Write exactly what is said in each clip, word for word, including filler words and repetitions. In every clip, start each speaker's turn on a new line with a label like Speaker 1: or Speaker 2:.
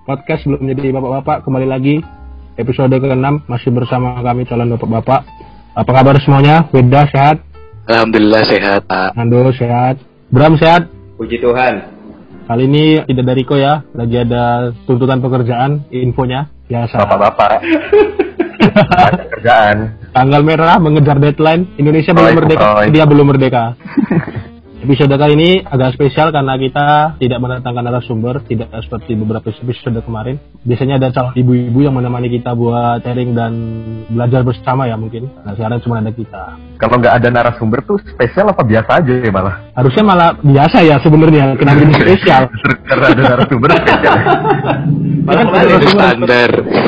Speaker 1: podcast belum jadi bapak-bapak, kembali lagi episode keenam masih bersama kami calon bapak-bapak. Apa kabar semuanya? Weda sehat?
Speaker 2: Alhamdulillah sehat, Pak.
Speaker 1: Ando sehat. Bram sehat?
Speaker 3: Puji Tuhan.
Speaker 1: Kali ini tidak dari Riko ya, lagi ada tuntutan pekerjaan, infonya biasa.
Speaker 4: Bapak-bapak. Kerjaan.
Speaker 1: Tanggal merah mengejar deadline. Indonesia belum merdeka, dia belum merdeka. Episode kali ini agak spesial karena kita tidak mendatangkan narasumber, tidak seperti beberapa episode kemarin. Biasanya ada calon ibu-ibu yang menemani kita buat sharing dan belajar bersama ya mungkin. Nah sekarang cuma ada kita.
Speaker 4: Kalau nggak ada narasumber tuh spesial apa biasa aja ya malah?
Speaker 1: Harusnya malah biasa ya sebenarnya. Kenapa ini spesial?
Speaker 4: Karena ada narasumber spesial.
Speaker 1: Malah ada standar.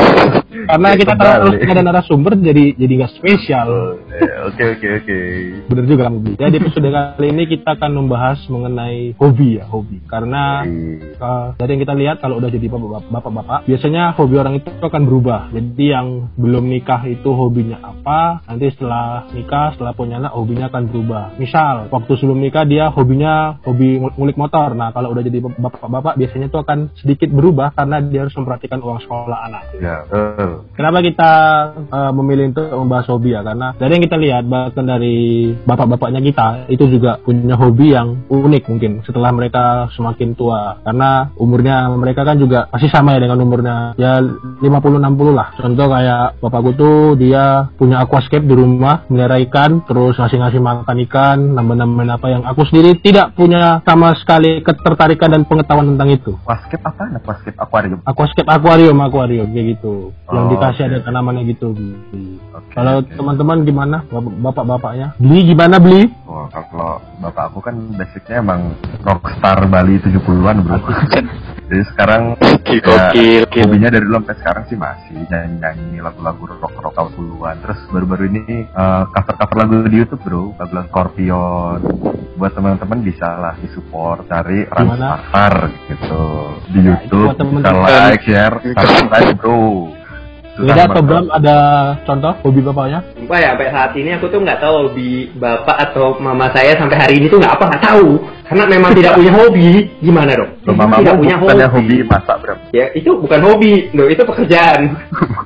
Speaker 1: Karena kita tahu terus ada narasumber jadi jadi nggak spesial.
Speaker 4: Oke oke oke.
Speaker 1: Bener juga kamu. Ya di episode kali ini kita akan membahas mengenai hobi ya hobi. Karena uh, dari yang kita lihat kalau udah jadi bapak-bapak, biasanya hobi orang itu akan berubah. Jadi yang belum nikah itu hobinya apa, nanti setelah nikah, setelah punya anak hobinya akan berubah. Misal waktu sebelum nikah dia hobinya hobi ngulik motor. Nah kalau udah jadi bapak-bapak biasanya itu akan sedikit berubah karena dia harus memperhatikan uang sekolah anak.
Speaker 4: Ya. Uh.
Speaker 1: Kenapa kita uh, memilih untuk membahas hobi ya? Karena dari yang kita lihat bahkan dari bapak-bapaknya kita itu juga punya hobi yang unik mungkin setelah mereka semakin tua. Karena umurnya mereka kan juga masih sama ya dengan umurnya ya lima puluh enam puluh lah. Contoh kayak bapakku tuh dia punya aquascape di rumah, melihara ikan, terus ngasih-ngasih makan ikan, nambah-nambahin apa yang aku sendiri tidak punya sama sekali ketertarikan dan pengetahuan tentang itu.
Speaker 4: Aquascape apa? Aquascape akuarium.
Speaker 1: Aquascape akuarium, akuarium kayak gitu.
Speaker 4: Oh.
Speaker 1: Yang dikasih okay. Ada tanamannya gitu. Okay, kalau okay. Teman-teman gimana bapak-bapaknya? Beli gimana beli?
Speaker 4: Oh, kalau bapak aku kan basicnya emang rockstar Bali tujuh puluhan bro. Jadi sekarang ya, hobinya dari dulu sampai sekarang sih masih nyanyi-nyanyi lagu-lagu rock-rock tahun puluhan. Terus baru-baru ini uh, cover-cover lagu di YouTube bro, lagu Scorpion. Buat teman-teman bisa lah di-support, cari Ranstar gitu di nah, YouTube, bisa like, share, subscribe bro.
Speaker 1: Beda atau Bram ada contoh hobi bapaknya?
Speaker 3: Sumpah ya sampai saat ini aku tuh nggak tahu hobi bapak atau mama saya sampai hari ini tuh nggak apa nggak tahu karena memang tidak punya hobi. Gimana dong?
Speaker 4: Mama tidak punya hobi. hobi masak Bram.
Speaker 3: Ya itu bukan hobi, loh itu pekerjaan.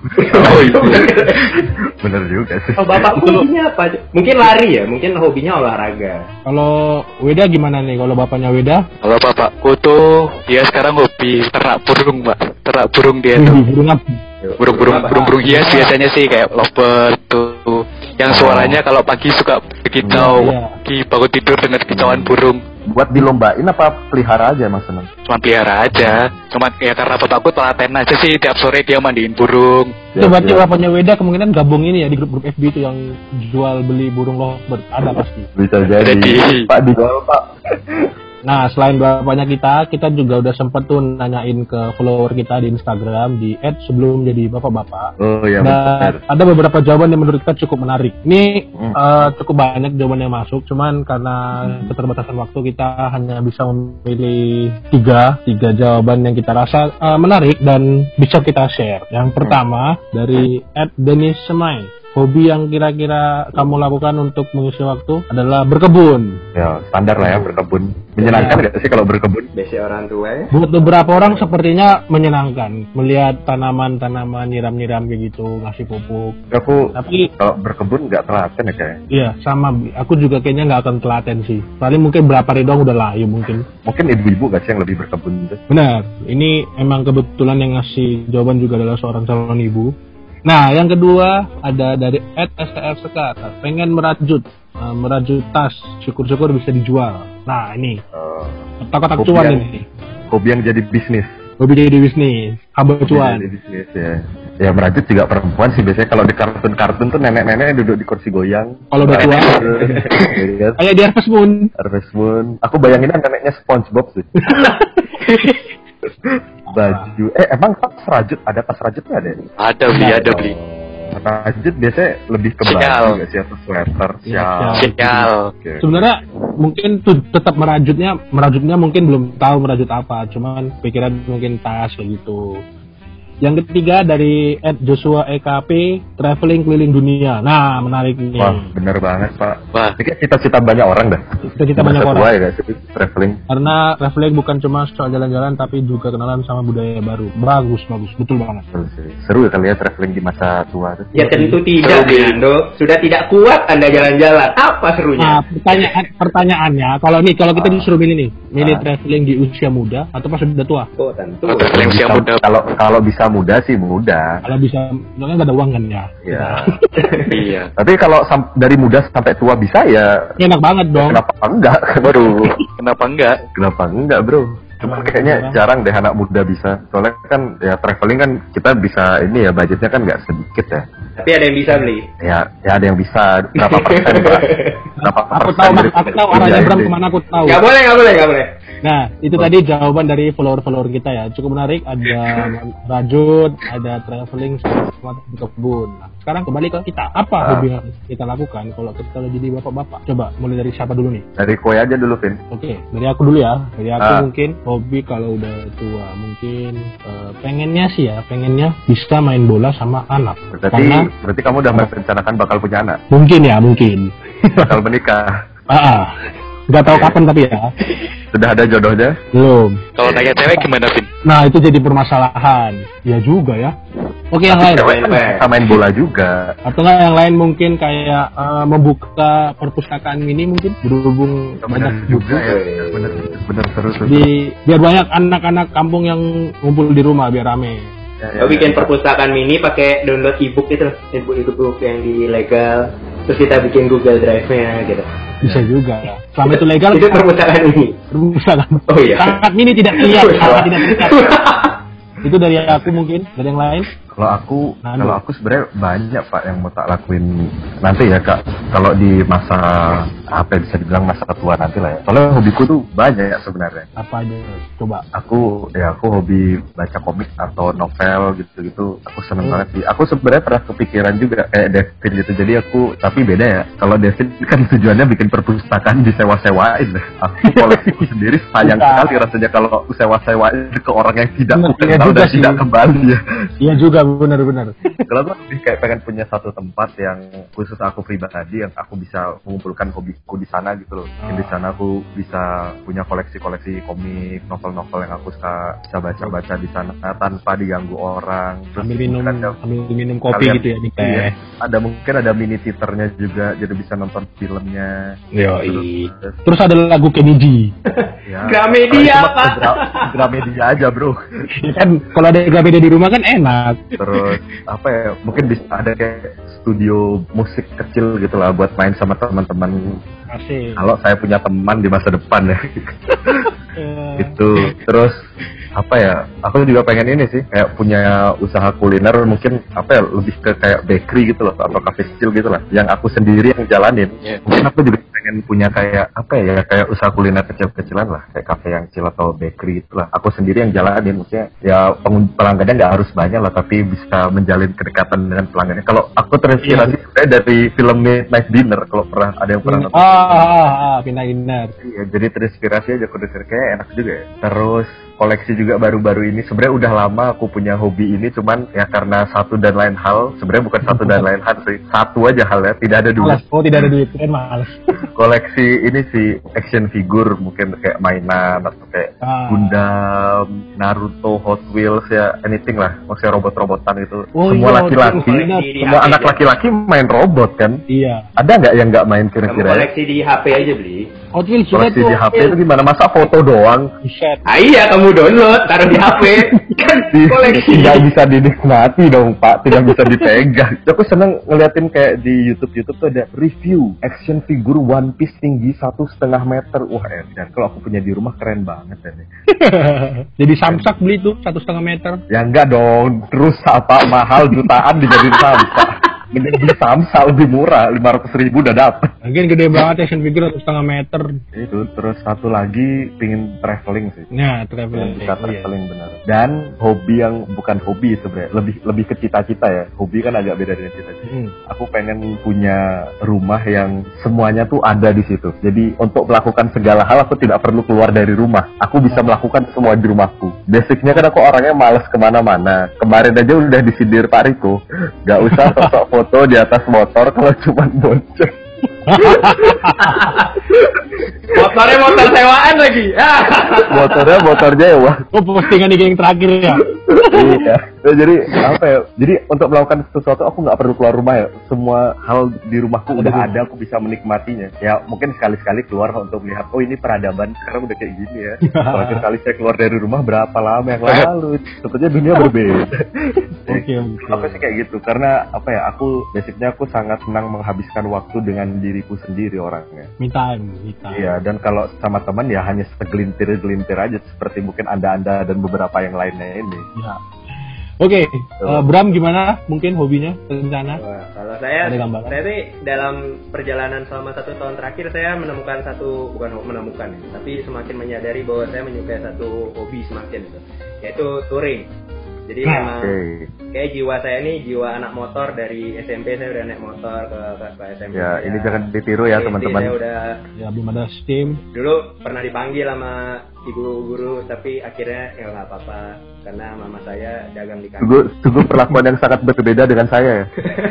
Speaker 4: Oh iya. Bener juga sih.
Speaker 3: Oh bapak hobinya apa? Mungkin lari ya, mungkin hobinya olahraga.
Speaker 1: Kalau Weda gimana nih? Kalau bapaknya Weda?
Speaker 2: Kalau bapakku tuh dia sekarang hobi ternak burung mbak, ternak burung dia tuh.
Speaker 1: Burung apa?
Speaker 2: Burung-burung burung-burung hias biasanya sih kayak lovebird tuh yang suaranya kalau pagi suka berkicau, pagi bangun tidur dengan kicauan burung.
Speaker 4: Buat dilombain apa pelihara aja mas seneng?
Speaker 2: Cuma pelihara aja, cuma ya karena bapakku telaten aja sih tiap sore dia mandiin burung.
Speaker 1: Itu berarti bapaknya Weda kemungkinan gabung ini ya di grup-grup F B itu yang jual beli burung lovebird ada pasti.
Speaker 4: Bisa jadi. jadi. Pak dijual pak.
Speaker 1: Nah, selain bapaknya kita, kita juga udah sempet tuh nanyain ke follower kita di Instagram di et sebelum jadi bapak-bapak.
Speaker 4: Oh iya.
Speaker 1: Dan ada beberapa jawaban yang menurut kita cukup menarik. Ini hmm. uh, cukup banyak jawaban yang masuk, cuman karena hmm. keterbatasan waktu kita hanya bisa memilih tiga, tiga jawaban yang kita rasa uh, menarik dan bisa kita share. Yang pertama hmm. dari et Denis Semai. Hobi yang kira-kira kamu lakukan untuk mengisi waktu adalah berkebun.
Speaker 4: Ya, standar lah ya berkebun. Menyenangkan nggak ya. sih kalau berkebun?
Speaker 3: Biasa orang tua ya.
Speaker 1: Buat beberapa orang sepertinya menyenangkan melihat tanaman-tanaman nyiram-nyiram kayak gitu, ngasih pupuk.
Speaker 4: Aku
Speaker 1: tapi
Speaker 4: kalau berkebun nggak telaten ya kayak.
Speaker 1: Iya, sama. Aku juga kayaknya nggak akan telaten sih. Paling mungkin berapa hari doang udah layu mungkin.
Speaker 4: Mungkin ibu-ibu nggak sih yang lebih berkebun itu?
Speaker 1: Benar. Ini emang kebetulan yang ngasih jawaban juga adalah seorang calon ibu. Nah, yang kedua ada dari et S T F Sekar, pengen merajut, uh, merajut tas, syukur-syukur bisa dijual. Nah, ini uh, kotak-kotak cuan ini.
Speaker 4: Hobi yang jadi bisnis.
Speaker 1: Hobi jadi bisnis, haba cuan.
Speaker 4: Jadi bisnis ya. Ya merajut juga perempuan sih biasanya kalau di kartun-kartun tuh nenek-nenek duduk di kursi goyang.
Speaker 1: Kalau udah tua. Kayak di Harvest Moon.
Speaker 4: Harvest Moon. Aku bayanginnya neneknya SpongeBob sih. Baju eh emang tas rajut ada tas rajutnya ada
Speaker 2: ada beli nah, ada beli
Speaker 4: rajut biasanya lebih ke baju nggak sih atau sweater
Speaker 2: sial sial
Speaker 1: okay. Sebenarnya mungkin tuh tetap merajutnya merajutnya mungkin belum tahu merajut apa cuman pikiran mungkin tas kayak gitu Yang ketiga dari Ed Joshua E K P, traveling keliling dunia. Nah, menarik nih.
Speaker 4: Wah, bener banget, Pak. Wah, ini cita-cita banyak orang dah.
Speaker 1: Cita-cita banyak orang.
Speaker 4: Tua ya, sih, traveling.
Speaker 1: Karena traveling bukan cuma soal jalan-jalan, tapi juga kenalan sama budaya baru. Bagus, bagus, betul banget.
Speaker 4: Seru ya kali ya traveling di masa tua.
Speaker 3: Ya tentu tidak, Ando. Sudah tidak kuat Anda jalan-jalan. Apa serunya?
Speaker 1: Nah, pertanyaan pertanyaannya, kalau nih, kalau kita disuruh milih nih, milih ah. traveling di usia muda atau pas sudah tua?
Speaker 3: Oh, tentu.
Speaker 2: Oh, traveling usia muda.
Speaker 4: Kalau kalau bisa muda sih muda.
Speaker 1: Kalau bisa, kan nggak ada uang kan ya.
Speaker 4: Iya.
Speaker 2: Iya.
Speaker 4: Tapi kalau sam- dari muda sampai tua bisa ya.
Speaker 1: Enak banget dong.
Speaker 4: Kenapa enggak?
Speaker 2: Baru. Kenapa enggak?
Speaker 4: Kenapa enggak, Bro? Cuma kayaknya jarang deh anak muda bisa. Soalnya kan ya traveling kan kita bisa ini ya budgetnya kan nggak sedikit ya.
Speaker 3: Tapi ada yang bisa beli.
Speaker 4: Ya, ya ada yang bisa. Berapa persen, Pak? Berapa
Speaker 1: aku tahu, Bang. Aku tahu arahnya Bram kemana, aku tahu.
Speaker 3: Gak boleh, gak boleh, gak boleh.
Speaker 1: Nah, itu oh. tadi jawaban dari follower-follower kita ya. Cukup menarik. Ada rajut, ada traveling, sama di kebun. Nah, sekarang kembali ke kita. Apa ah. hobi yang kita lakukan kalau kita jadi bapak-bapak? Coba, mulai dari siapa dulu nih?
Speaker 4: Dari Koi aja dulu, Vin.
Speaker 1: Oke, dari aku dulu ya. Dari aku ah. mungkin hobi kalau udah tua. Mungkin uh, pengennya sih ya, pengennya bisa main bola sama anak.
Speaker 4: Berarti, Karena, berarti kamu udah merencanakan bakal punya anak?
Speaker 1: Mungkin ya, mungkin.
Speaker 4: Bakal menikah?
Speaker 1: Ah, nggak tahu kapan tapi ya.
Speaker 4: Sudah ada jodohnya?
Speaker 1: Belum.
Speaker 2: Kalau nanya cewek gimana, Vin?
Speaker 1: Nah, itu jadi permasalahan. Ya juga ya. Oke, yang lain.
Speaker 4: Kita main bola juga.
Speaker 1: Atau nggak yang lain mungkin kayak uh, membuka perpustakaan mini mungkin berhubung
Speaker 4: ya,
Speaker 1: banyak
Speaker 4: juga ya. Bener, bener terus.
Speaker 1: Di biar banyak anak-anak kampung yang ngumpul di rumah biar rame.
Speaker 3: Ya, ya, oh, bikin ya. Perpustakaan mini pakai download ebook itu, ebook-ebook yang di legal. Terus kita bikin Google Drive-nya gitu.
Speaker 1: Bisa juga ya. Selama itu legal.
Speaker 3: Itu perpustakaan ini.
Speaker 1: Perpustakaan.
Speaker 3: Oh iya.
Speaker 1: Sangat mini tidak terlihat. Sangat tidak terlihat. Itu dari aku mungkin. Dari yang lain.
Speaker 4: Kalau aku, nah, kalau aku sebenarnya banyak Pak yang mau tak lakuin nanti ya Kak. Kalau di masa apa bisa dibilang masa tua nanti lah ya. Soalnya hobiku tuh banyak ya sebenarnya.
Speaker 1: Apa aja? Coba.
Speaker 4: Aku ya aku hobi baca komik atau novel gitu-gitu. Aku seneng hmm. banget sih. Aku sebenarnya pernah kepikiran juga kayak Devin gitu. Jadi aku tapi beda ya. Kalau Devin kan tujuannya bikin perpustakaan disewa-sewain. Aku koleksiku sendiri sayang sekali rasanya kalau sewa-sewain ke orang yang tidak kenal dan tidak kembali ya.
Speaker 1: Iya juga. Benar-benar.
Speaker 4: Kalau aku lebih kayak pengen punya satu tempat yang khusus aku pribadi yang aku bisa mengumpulkan hobiku di sana gitu loh. Ah. Di sana aku bisa punya koleksi-koleksi komik, novel-novel yang aku suka bisa baca-baca di sana tanpa diganggu orang.
Speaker 1: Terus ambil minum, ada, ambil minum kopi kalian, gitu ya di teh. Iya,
Speaker 4: ada mungkin ada mini theaternya juga, jadi bisa nonton filmnya.
Speaker 1: Yoi. Terus, terus ada lagu Kennedy.
Speaker 3: Ya, Gramedia apa?
Speaker 4: Gra- Gramedia aja bro.
Speaker 1: Kan kalau ada Gramedia di rumah kan enak.
Speaker 4: Terus apa ya mungkin bisa ada kayak studio musik kecil gitu lah buat main sama teman-teman.
Speaker 1: Asik.
Speaker 4: Kalau saya punya teman di masa depan ya. Itu terus apa ya aku juga pengen ini sih kayak punya usaha kuliner mungkin apa ya lebih ke kayak bakery gitu loh atau cafe kecil gitu lah yang aku sendiri yang jalanin. Yeah. Mungkin aku juga pengen punya kayak apa ya kayak usaha kuliner kecil-kecilan lah kayak cafe yang kecil atau bakery gitu lah aku sendiri yang jalanin maksudnya ya pelanggannya nggak harus banyak lah tapi bisa menjalin kedekatan dengan pelanggannya. Kalau aku terinspirasi yeah. dari film Midnight Dinner kalau pernah ada yang pernah nonton.
Speaker 1: Ah, ah, ah, Midnight Dinner.
Speaker 4: Iya jadi terinspirasi aja aku denger kayak enak juga ya. Terus koleksi juga baru-baru ini sebenarnya udah lama aku punya hobi ini cuman ya karena satu dan lain hal sebenarnya bukan satu dan lain hal sih satu aja halnya tidak ada duit.
Speaker 1: Malas. Oh tidak ada duit kan malas.
Speaker 4: Koleksi ini sih action figure mungkin kayak mainan atau kayak ah. Gundam, Naruto, Hot Wheels ya anything lah maksudnya robot-robotan itu oh, semua iya, laki-laki semua anak laki-laki main robot kan iya ada nggak yang nggak main kira-kira
Speaker 3: koleksi di H P aja beli
Speaker 1: Hot Wheels
Speaker 4: koleksi di H P itu gimana masa foto doang
Speaker 3: ah, iya kamu download taruh di H P kan koleksi
Speaker 4: tidak bisa dinikmati dong Pak tidak bisa dipegang. Aku seneng ngeliatin kayak di YouTube YouTube tuh ada review action figure One Piece tinggi satu setengah meter wah dan kalau aku punya di rumah keren banget ya nih.
Speaker 1: Jadi samsak beli tuh satu setengah meter
Speaker 4: ya enggak dong terus apa mahal jutaan dijadiin samsak mending beli samsak lebih murah lima ratus ribu udah dapet.
Speaker 1: Mungkin gede banget action figure satu setengah meter.
Speaker 4: Itu terus satu lagi pingin traveling sih.
Speaker 1: Nah, traveling.
Speaker 4: Bisa traveling iya. Benar. Dan hobi yang bukan hobi sebenarnya, lebih lebih ke cita-cita ya. Hobi kan agak beda dengan cita-cita. Hmm. Aku pengen punya rumah yang semuanya tuh ada di situ. Jadi untuk melakukan segala hal aku tidak perlu keluar dari rumah. Aku bisa melakukan semua di rumahku. Basicnya kan aku orangnya malas kemana-mana. Kemarin aja udah disindir Pak Riko. Gak usah sok-sok foto di atas motor kalau cuma bonceng.
Speaker 3: Motornya motor sewaan lagi.
Speaker 4: Motornya motor nyewa.
Speaker 1: Oh, postingan ini yang terakhir ya.
Speaker 4: Iya. Nah, jadi apa ya? Jadi untuk melakukan sesuatu aku nggak perlu keluar rumah ya. Semua hal di rumahku udah ada, aku bisa menikmatinya. Ya mungkin sekali-sekali keluar untuk melihat, oh ini peradaban sekarang udah kayak gini ya. Terakhir kali saya keluar dari rumah berapa lama yang lalu? Sepertinya dunia berbeda.
Speaker 1: Oke, oke.
Speaker 4: Apa sih kayak gitu? Karena apa ya? Aku basicnya aku sangat senang menghabiskan waktu dengan diriku sendiri orangnya.
Speaker 1: Me time, me time.
Speaker 4: Iya, dan kalau sama teman ya hanya segelintir-gelintir aja seperti mungkin Anda-anda dan beberapa yang lainnya ini.
Speaker 1: Ya. Oke, okay. uh, Bram gimana? Mungkin hobinya, rencana?
Speaker 3: Wah, kalau saya, saya sih dalam perjalanan selama satu tahun terakhir saya menemukan satu, bukan menemukan, ya, tapi semakin menyadari bahwa saya menyukai satu hobi semakin itu, yaitu touring. Jadi nah, memang okay. kayak jiwa saya ini jiwa anak motor dari S M P saya udah naik motor ke ke, ke S M P.
Speaker 4: Ya, ini jangan ditiru ya teman-teman.
Speaker 3: Saya udah
Speaker 1: ya belum ada Steam.
Speaker 3: Dulu pernah dipanggil sama ibu guru tapi akhirnya ya nggak apa-apa karena mama saya dagang di kantor.
Speaker 4: Tunggu, tunggu perlakuan yang sangat berbeda dengan saya ya.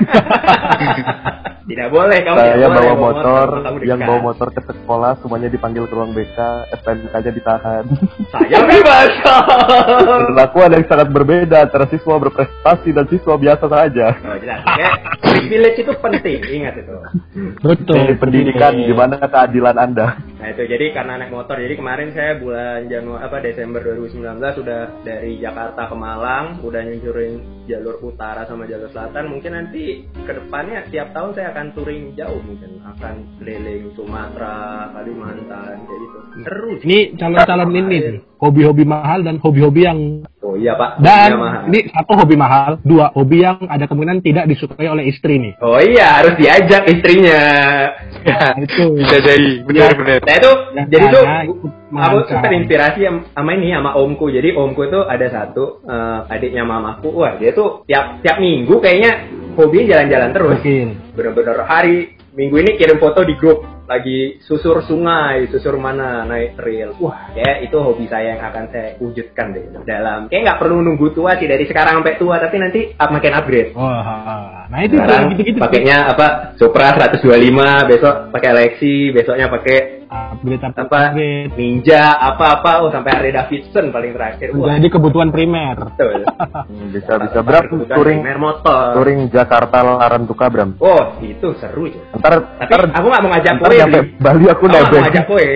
Speaker 3: Tidak boleh kamu
Speaker 4: saya
Speaker 3: tidak
Speaker 4: bawa
Speaker 3: boleh,
Speaker 4: motor, motor yang bawa motor ke sekolah semuanya dipanggil ke ruang B K, S T N K-nya ditahan.
Speaker 3: Saya bebas.
Speaker 4: Perlakuan yang sangat berbeda antara siswa berprestasi dan siswa biasa saja.
Speaker 3: Oh jelas. Oke, privilege itu penting, ingat itu.
Speaker 1: Betul.
Speaker 4: Pendidikan di mana keadilan Anda.
Speaker 3: Nah itu jadi karena naik motor, jadi kemarin saya bulan Januari apa Desember dua ribu sembilan belas sudah dari Jakarta ke Malang, udah nyucurin jalur utara sama jalur selatan. Mungkin nanti kedepannya tiap tahun saya akan touring jauh, mungkin akan keliling Sumatera, Kalimantan, kayak gitu. Terus.
Speaker 1: Ini calon-calon ini nih, hobi-hobi mahal dan hobi-hobi yang
Speaker 3: oh iya Pak.
Speaker 1: Dan ini satu hobi mahal, dua hobi yang ada kemungkinan tidak disukai oleh istri nih.
Speaker 3: Oh iya, harus diajak istrinya.
Speaker 1: Ya, itu
Speaker 2: bisa jadi, benar-benar.
Speaker 3: Nah itu,
Speaker 1: ya,
Speaker 3: jadi tuh aku
Speaker 1: tuh
Speaker 3: terinspirasi sama ini sama omku. Jadi omku tuh ada satu uh, adiknya mamaku. Wah dia tuh tiap tiap minggu kayaknya hobinya jalan-jalan terus. Bener-bener hari minggu ini kirim foto di grup lagi susur sungai, susur mana, naik trail. Wah, kayak itu hobi saya yang akan saya wujudkan deh dalam. Kayak nggak perlu nunggu tua sih dari sekarang sampai tua, tapi nanti up, makin upgrade.
Speaker 1: Wah, nah itu
Speaker 3: sekarang
Speaker 1: gitu-gitu.
Speaker 3: Pakainya apa? Supra seratus dua puluh lima, besok pakai Lexi, besoknya pakai
Speaker 1: upgrade, upgrade,
Speaker 3: apa? Upgrade. Ninja, apa-apa, oh sampai Harley Davidson paling terakhir.
Speaker 1: Wah. Jadi kebutuhan primer.
Speaker 3: Betul.
Speaker 4: bisa bisa Bram touring
Speaker 3: motor.
Speaker 4: Touring Jakarta Larantuka Bram.
Speaker 3: Oh, itu seru ya.
Speaker 4: Ntar,
Speaker 3: tapi ntar, aku nggak mau ngajak kowe.
Speaker 4: Sampai Bali aku nebeng.
Speaker 3: Aku nggak mau ngajak kowe.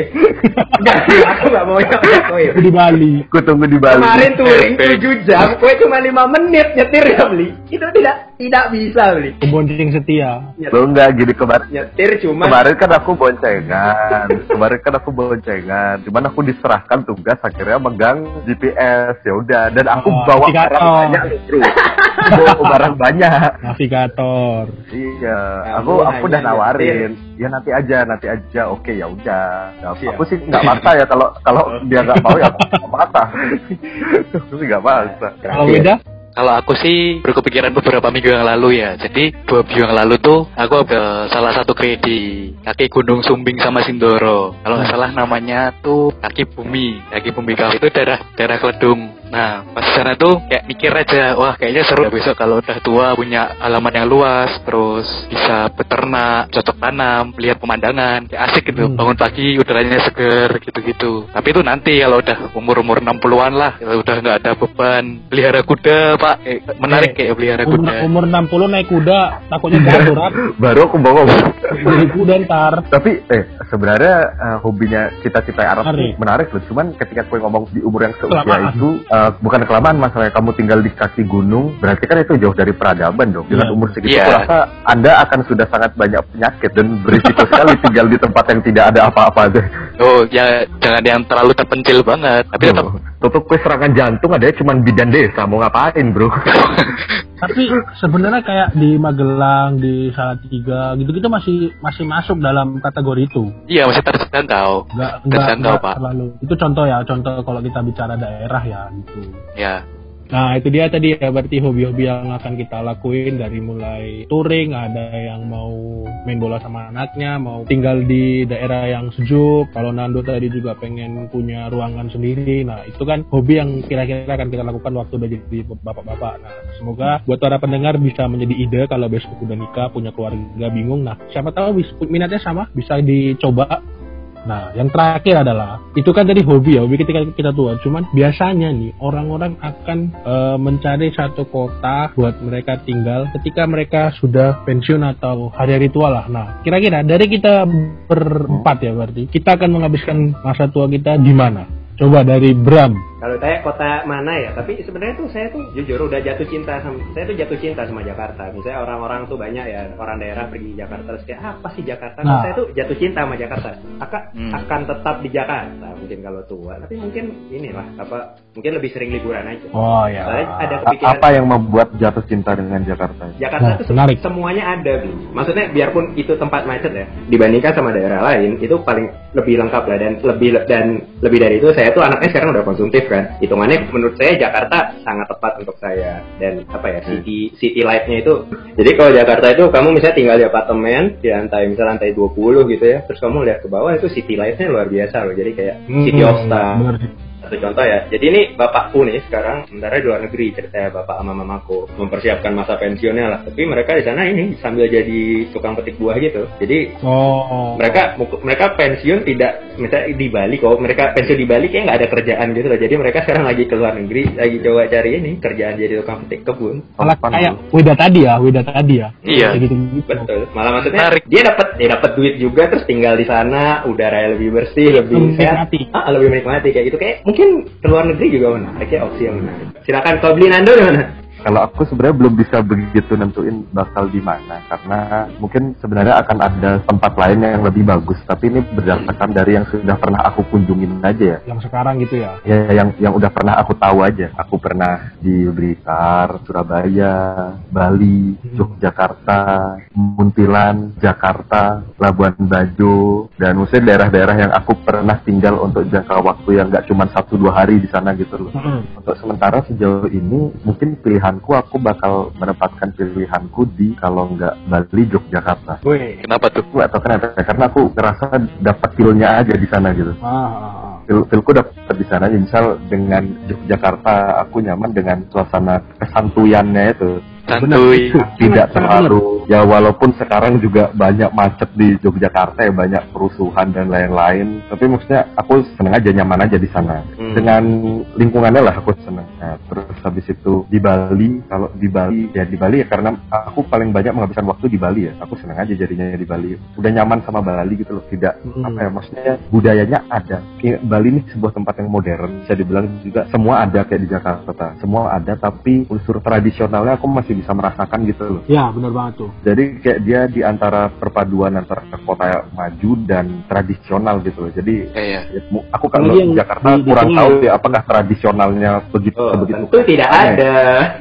Speaker 3: Aku nggak mau ngajak kowe.
Speaker 1: Di Bali.
Speaker 4: Aku tunggu di Bali.
Speaker 3: Kemarin touring tujuh jam, kowe cuma lima menit nyetir ya beli. Itu tidak tidak bisa beli.
Speaker 1: Pembonceng setia.
Speaker 4: Lo enggak gini kemarin.
Speaker 3: Nyetir cuma.
Speaker 4: Kemarin kan aku boncengan. Kemarin kan aku boncengan. Cuman aku diserahkan tugas akhirnya megang G P S. Ya udah. Dan aku oh, bawa navigator. Barang banyak bro. Bawa barang banyak.
Speaker 1: Navigator.
Speaker 4: Iya. Ya, aku aku udah nawarin. Nyetir. Ya nanti aja, nanti aja. Oke ya udah. Nah, aku sih nggak maksa ya kalau kalau dia nggak mau ya nggak maksa. Aku sih nggak maksa.
Speaker 1: Kalau beda?
Speaker 2: Kalau aku sih berkepikiran beberapa minggu yang lalu ya. Jadi dua minggu yang lalu tuh aku ada salah satu kredit di kaki Gunung Sumbing sama Sindoro. Kalau nggak salah namanya tuh kaki bumi. Kaki bumi kau itu daerah daerah Kledung. Nah pas sana tuh kayak mikir aja, wah kayaknya seru ya besok kalau udah tua punya halaman yang luas, terus bisa beternak, cocok tanam, lihat pemandangan, kayak asik gitu. Hmm. Bangun pagi udaranya seger gitu-gitu. Tapi itu nanti kalau udah umur-umur enam puluhan lah, kalau udah nggak ada beban, pelihara kuda Pak, eh, menarik kayak pelihara
Speaker 1: umur,
Speaker 2: kuda.
Speaker 1: Umur enam puluh naik kuda, takutnya jatuh Rat.
Speaker 4: Baru aku bawa
Speaker 1: jadi kuda ntar.
Speaker 4: Tapi eh sebenarnya uh, hobinya cita-cita Arab menarik. menarik loh. Cuman ketika gue ngomong di umur yang seusia kelamaan. itu uh, bukan kelamaan masalahnya, kamu tinggal di kaki gunung, berarti kan itu jauh dari peradaban dong. Dengan yeah. umur segitu yeah. aku rasa Anda akan sudah sangat banyak penyakit dan berisiko sekali tinggal di tempat yang tidak ada apa-apa aja.
Speaker 2: Oh ya jangan yang terlalu terpencil banget. Tapi tetap
Speaker 4: tutup gue serangan jantung ada cuma bidan desa, mau ngapain bro?
Speaker 1: Tapi sebenarnya kayak di Magelang, di Salatiga gitu-gitu masih masih masuk dalam kategori itu.
Speaker 2: Iya, masih terjangkau.
Speaker 1: Enggak enggak Pak. Terlalu. Itu contoh ya, contoh kalau kita bicara daerah ya gitu.
Speaker 2: Ya.
Speaker 1: Nah itu dia tadi ya, berarti hobi-hobi yang akan kita lakuin dari mulai touring, ada yang mau main bola sama anaknya, mau tinggal di daerah yang sejuk. Kalau Nando tadi juga pengen punya ruangan sendiri. Nah itu kan hobi yang kira-kira akan kita lakukan waktu udah jadi bapak-bapak. Nah semoga buat para pendengar bisa menjadi ide kalau besok udah nikah, punya keluarga bingung. Nah siapa tahu minatnya sama, bisa dicoba. Nah, yang terakhir adalah itu kan tadi hobi ya, hobi ketika kita tua. Cuman biasanya nih orang-orang akan e, mencari satu kota buat mereka tinggal ketika mereka sudah pensiun atau hari-hari tua lah. Nah, kira-kira dari kita berempat ya berarti kita akan menghabiskan masa tua kita di mana? Coba dari Bram.
Speaker 3: Kalau saya kota mana ya, tapi sebenarnya tuh saya tuh jujur udah jatuh cinta sama, saya tuh jatuh cinta sama Jakarta. Misalnya orang-orang tuh banyak ya, orang daerah pergi Jakarta terus kayak apa sih Jakarta? Nah. Saya tuh jatuh cinta sama Jakarta. Akan hmm. akan tetap di Jakarta mungkin kalau tua, tapi mungkin inilah apa? Mungkin lebih sering liburan aja.
Speaker 1: Oh ya.
Speaker 3: Saya ada kepikiran.
Speaker 4: Apa yang membuat jatuh cinta dengan Jakarta?
Speaker 3: Jakarta nah, tuh menarik. Semuanya ada, Bi. Maksudnya biarpun itu tempat macet ya, dibandingkan sama daerah lain itu paling lebih lengkap lah, dan lebih dan lebih dari itu saya tuh anaknya sekarang udah konsumtif kan. Hitungannya menurut saya Jakarta sangat tepat untuk saya, dan apa ya, city city life-nya itu. Jadi kalau Jakarta itu kamu misalnya tinggal di apartemen di lantai misalnya lantai dua puluh gitu ya, terus kamu lihat ke bawah itu city life-nya luar biasa loh. Jadi kayak hmm, City of Star. Satu contoh ya. Jadi ini bapakku nih sekarang sementara di luar negeri, ceritanya bapak sama mamaku mempersiapkan masa pensiunnya lah. Tapi mereka di sana ini sambil jadi tukang petik buah gitu. Jadi oh. mereka mereka pensiun tidak misalnya di Bali, kok mereka pensiun di Bali kayak nggak ada kerjaan gitu loh. Jadi mereka sekarang lagi ke luar negeri, lagi coba cari ini kerjaan jadi tukang petik kebun.
Speaker 1: Malah kayak Wida tadi ya, Wida tadi ya.
Speaker 2: Iya.
Speaker 3: Gitu, gitu. Betul. Malah maksudnya Tarik. dia dapat dia dapat duit juga, terus tinggal di sana, udara lebih bersih, lebih sehat, ah, lebih menikmati kayak gitu. Kayak mungkin ke luar negeri juga menarik, kayak opsi yang menarik. Silakan kalau beli Nando di mana?
Speaker 4: Kalau aku sebenarnya belum bisa begitu nentuin bakal di mana, karena mungkin sebenarnya akan ada tempat lain yang lebih bagus, tapi ini berdasarkan dari yang sudah pernah aku kunjungin aja ya.
Speaker 1: Yang sekarang gitu ya?
Speaker 4: Ya, yang yang udah pernah aku tahu aja. Aku pernah di Blitar, Surabaya, Bali, hmm. Yogyakarta, Muntilan, Jakarta, Labuan Bajo, dan maksudnya daerah-daerah yang aku pernah tinggal untuk jangka waktu yang nggak cuma satu dua hari di sana gitu loh. Hmm. Untuk sementara sejauh ini mungkin pilihan aku bakal menempatkan pilihanku di kalau nggak Bali, Yogyakarta.
Speaker 2: Wih, kenapa tuh?
Speaker 4: Nggak tahu kenapa, karena aku ngerasa dapat feel-nya aja di sana gitu. Ah. Feel, feelku dapat di sana. Misal dengan Yogyakarta, aku nyaman dengan suasana kesantuyannya itu.
Speaker 2: Santuy.
Speaker 4: Tidak terlalu ya, walaupun sekarang juga banyak macet di Yogyakarta ya, banyak kerusuhan dan lain-lain, tapi maksudnya aku seneng aja, nyaman aja di sana. Hmm. Dengan lingkungannya lah aku seneng. Nah, terus habis itu di Bali, kalau di Bali ya di Bali ya karena aku paling banyak menghabiskan waktu di Bali ya, aku seneng aja jadinya di Bali. Udah nyaman sama Bali gitu loh, tidak hmm. apa ya, maksudnya budayanya ada. Bali ini sebuah tempat yang modern, bisa dibilang juga semua ada kayak di Jakarta, semua ada, tapi unsur tradisionalnya aku masih bisa merasakan gitu loh.
Speaker 1: Ya, benar banget tuh.
Speaker 4: Jadi kayak dia di antara perpaduan antara kota maju dan tradisional gitu loh. Jadi
Speaker 2: ya, ya.
Speaker 4: aku kalau di Jakarta di, kurang di tahu ya apakah tradisionalnya begitu
Speaker 3: oh,
Speaker 4: begitu.
Speaker 3: Tentu tidak ada.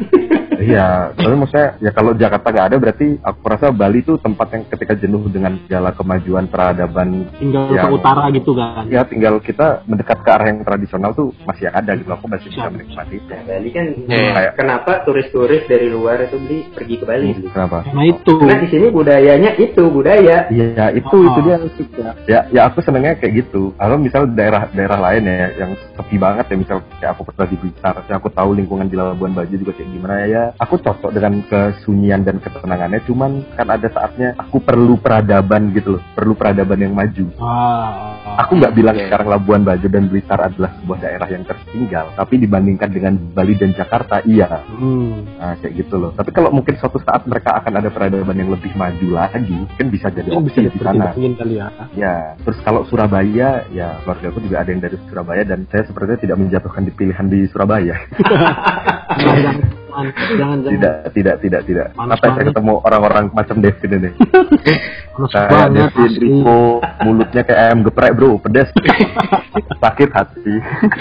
Speaker 4: Iya, tapi maksudnya ya kalau Jakarta nggak ada berarti aku rasa Bali tuh tempat yang ketika jenuh dengan segala kemajuan peradaban
Speaker 1: tinggal yang, ke utara gitu kan.
Speaker 4: Ya tinggal kita mendekat ke arah yang tradisional tuh masih ada gitu, aku masih bisa menikmati itu.
Speaker 3: Nah, Bali kan hmm. kayak kenapa turis-turis dari luar itu beli pergi ke Bali?
Speaker 4: Hmm, kenapa?
Speaker 1: Karena itu.
Speaker 3: Karena di sini budayanya itu budaya.
Speaker 4: Iya, itu oh. itu dia ya. Ya, ya aku senengnya kayak gitu. Kalau misal daerah-daerah lain ya yang sepi banget ya, misal kayak aku pernah di Blitar, ya aku tahu lingkungan di Labuan Bajo juga kayak gimana ya. Aku cocok dengan kesunyian dan ketenangannya, cuman kan ada saatnya aku perlu peradaban gitu loh, perlu peradaban yang maju. Ah, aku nggak bilang okay. sekarang Labuan Bajo dan Blitar adalah sebuah daerah yang tertinggal, tapi dibandingkan dengan Bali dan Jakarta, iya. Hmm. Nah, kayak gitu loh. Tapi kalau mungkin suatu saat mereka akan ada peradaban yang lebih maju lagi, kan bisa jadi opsi di sana.
Speaker 1: Ya.
Speaker 4: ya. Terus kalau Surabaya, ya keluarga aku juga ada yang dari Surabaya dan saya sepertinya tidak menjatuhkan di pilihan di Surabaya.
Speaker 1: Nah, yang jangan, jangan,
Speaker 4: tidak, tidak, tidak, tidak. Sampai saya ketemu orang-orang macam Devin ini.
Speaker 1: Kayak
Speaker 4: Devin, Rico, mulutnya kayak ayam geprek bro, pedas. Sakit hati.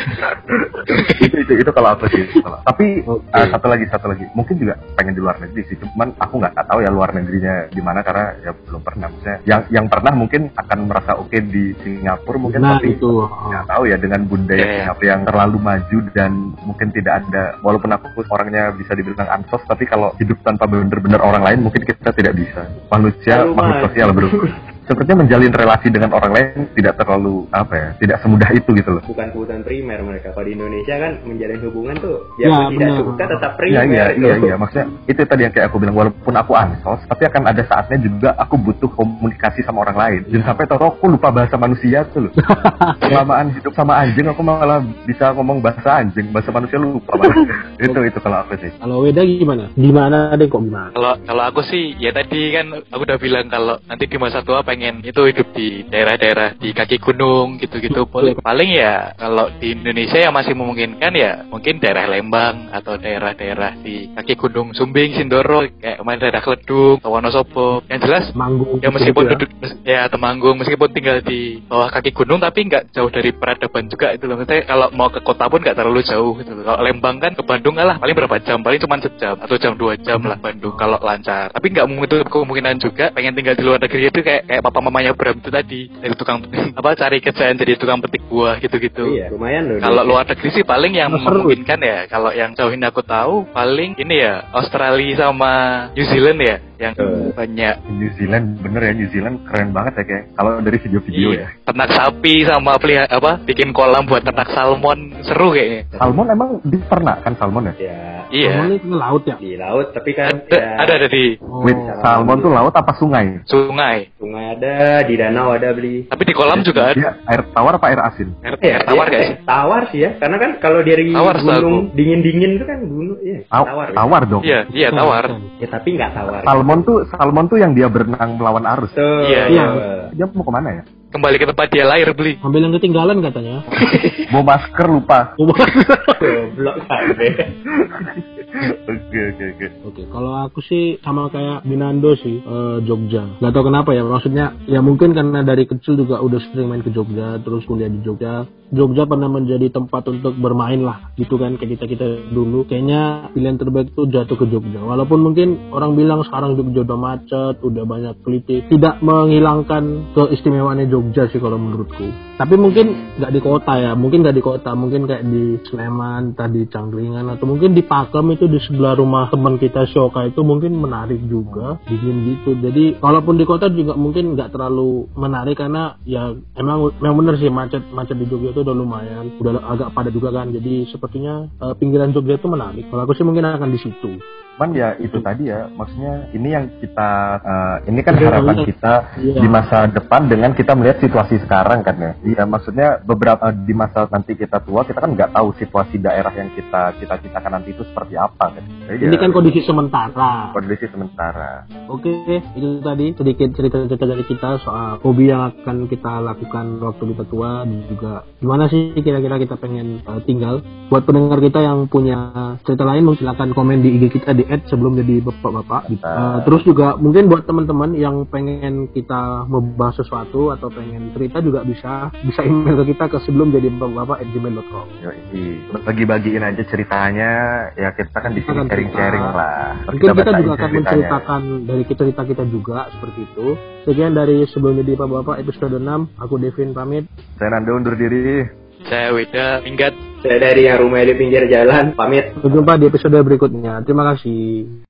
Speaker 4: itu, itu, itu kalau apa sih? Tapi okay. uh, satu lagi, satu lagi. Mungkin juga pengen di luar negeri sih. Cuman aku nggak tahu ya luar negerinya di mana karena ya belum pernah. Maksudnya, yang yang pernah mungkin akan merasa oke okay di Singapura mungkin,
Speaker 1: nah,
Speaker 4: tapi nggak tahu ya dengan budaya yeah. Singapura yang terlalu maju dan mungkin tidak ada. Walaupun aku orangnya bisa dibilang ansos, tapi kalau hidup tanpa benar-benar orang lain mungkin kita tidak bisa. Manusia
Speaker 3: Lalu
Speaker 4: makhluk sosial bro. Sepertinya menjalin relasi dengan orang lain tidak terlalu apa ya, tidak semudah itu gitu loh.
Speaker 3: Bukan kebutuhan primer mereka. Kalau di Indonesia kan menjalin hubungan tuh ya, ya tidak suka tetap
Speaker 4: Iya
Speaker 3: primer.
Speaker 4: iya iya iya, maksudnya itu tadi yang kayak aku bilang, walaupun aku ansos, tapi akan ada saatnya juga aku butuh komunikasi sama orang lain. Dan sampai tau aku lupa bahasa manusia tuh loh. Kelamaan hidup sama anjing aku malah bisa ngomong bahasa anjing, bahasa manusia lupa malah. itu itu kalau aku sih.
Speaker 1: Kalau Weda gimana? Gimana deh kok gimana?
Speaker 2: Kalau kalau aku sih ya tadi kan aku udah bilang kalau nanti di masa tua pengen itu hidup di daerah-daerah di kaki gunung gitu-gitu. Paling ya kalau di Indonesia yang masih memungkinkan ya mungkin daerah Lembang atau daerah-daerah di kaki gunung Sumbing, Sindoro, kayak kemarin daerah Kledung, Wonosobo. Yang jelas
Speaker 1: Temanggung,
Speaker 2: ya meskipun gitu ya. ya Temanggung meskipun tinggal di bawah kaki gunung tapi nggak jauh dari peradaban juga itu loh. Maksudnya kalau mau ke kota pun nggak terlalu jauh gitu loh. Kalau Lembang kan ke Bandung lah paling berapa jam, paling cuma sejam atau jam dua jam lah Bandung kalau lancar. Tapi nggak menutup kemungkinan juga pengen tinggal di luar negeri itu kayak kayak papa mamanya Bram itu tadi dari tukang apa cari kerjaan jadi tukang petik buah gitu-gitu.
Speaker 3: Iya, lumayan loh.
Speaker 2: Kalau luar negeri sih paling yang memungkinkan ya. Kalau yang jauh ini aku tahu paling ini ya Australia sama New Zealand ya yang uh. banyak.
Speaker 4: New Zealand bener ya, New Zealand keren banget ya kayak kalau dari video-video
Speaker 2: iya.
Speaker 4: ya.
Speaker 2: Ternak sapi sama pelihara apa bikin kolam buat ternak salmon seru kayaknya.
Speaker 4: Salmon emang di ternak kan salmon ya?
Speaker 3: Ya.
Speaker 2: Iya.
Speaker 1: Salmon itu laut ya?
Speaker 3: Di laut tapi kan
Speaker 2: ada,
Speaker 3: ya.
Speaker 2: ada ada di.
Speaker 1: Oh.
Speaker 4: Wait, salmon tuh laut apa sungai?
Speaker 2: Sungai.
Speaker 3: Sungai ada, di danau ada beli.
Speaker 2: Tapi di kolam juga ada.
Speaker 4: Dia air tawar apa air asin?
Speaker 2: Air, air tawar guys.
Speaker 3: Eh, tawar sih ya, karena kan kalau dari
Speaker 2: tawar,
Speaker 3: gunung dingin-dingin itu kan gunung, ya.
Speaker 4: Taw-
Speaker 3: tawar.
Speaker 4: Tawar dong.
Speaker 2: Iya, iya tawar.
Speaker 3: Ya tapi nggak tawar.
Speaker 4: Salmon tuh, salmon tuh yang dia berenang melawan arus.
Speaker 3: Tuh.
Speaker 2: Iya,
Speaker 1: iya.
Speaker 4: Dia mau kemana ya?
Speaker 2: Kembali ke tempat dia lahir beli.
Speaker 1: Ambil yang ketinggalan katanya.
Speaker 4: Mau masker lupa.
Speaker 3: Goblok kabeh.
Speaker 4: Oke oke oke.
Speaker 1: Oke, kalau aku sih sama kayak Binando sih, uh, Jogja. Gak tau kenapa ya, maksudnya ya mungkin karena dari kecil juga udah sering main ke Jogja, terus kuliah di Jogja. Jogja pernah menjadi tempat untuk bermain lah, gitu kan, kayak kita-kita dulu. Kayaknya pilihan terbaik tuh jatuh ke Jogja. Walaupun mungkin orang bilang sekarang Jogja udah macet, udah banyak keliti, tidak menghilangkan keistimewaannya Jogja sih kalau menurutku. Tapi mungkin nggak di kota ya, mungkin nggak di kota, mungkin kayak di Sleman, tadi Cangkringan, atau mungkin di Pakem itu di sebelah rumah teman kita Shoka itu mungkin menarik juga, dingin gitu. Jadi walaupun di kota juga mungkin nggak terlalu menarik karena ya emang memang bener sih macet macet di Jogja itu udah lumayan, udah agak padat juga kan. Jadi sepertinya uh, pinggiran Jogja itu menarik. Kalau aku sih mungkin akan di situ.
Speaker 4: Cuman ya itu tadi ya, maksudnya ini yang kita uh, ini kan harapan kita yeah. di masa depan dengan kita melihat situasi sekarang kan ya. Iya, maksudnya beberapa uh, di masa nanti kita tua kita kan nggak tahu situasi daerah yang kita cita-citakan nanti itu seperti apa kan. Jadi,
Speaker 1: ini
Speaker 4: ya,
Speaker 1: kan kondisi sementara.
Speaker 4: Kondisi sementara.
Speaker 1: Oke, itu tadi sedikit cerita-cerita dari kita soal hobi yang akan kita lakukan waktu kita tua, dan juga gimana sih kira-kira kita pengen uh, tinggal. Buat pendengar kita yang punya cerita lain, silakan komen di I G kita di at sebelum jadi bapak-bapak. Uh, terus juga mungkin buat teman-teman yang pengen kita membahas sesuatu atau pengen cerita juga bisa bisa email ke kita ke sebelum jadi bapak-bapak at gmail dot com.
Speaker 4: Yoi, bagi-bagiin aja ceritanya, ya kita kan di sini sharing-sharing lah.
Speaker 1: Mungkin kita, kita juga akan menceritakan dari cerita kita juga seperti itu. Sekian dari sebelum jadi bapak-bapak episode enam. Aku Devin pamit.
Speaker 4: Saya Nando undur diri.
Speaker 2: Saya Weda Minggat.
Speaker 3: Saya dari yang rumah di pinggir jalan pamit.
Speaker 1: Sampai jumpa di episode berikutnya. Terima kasih.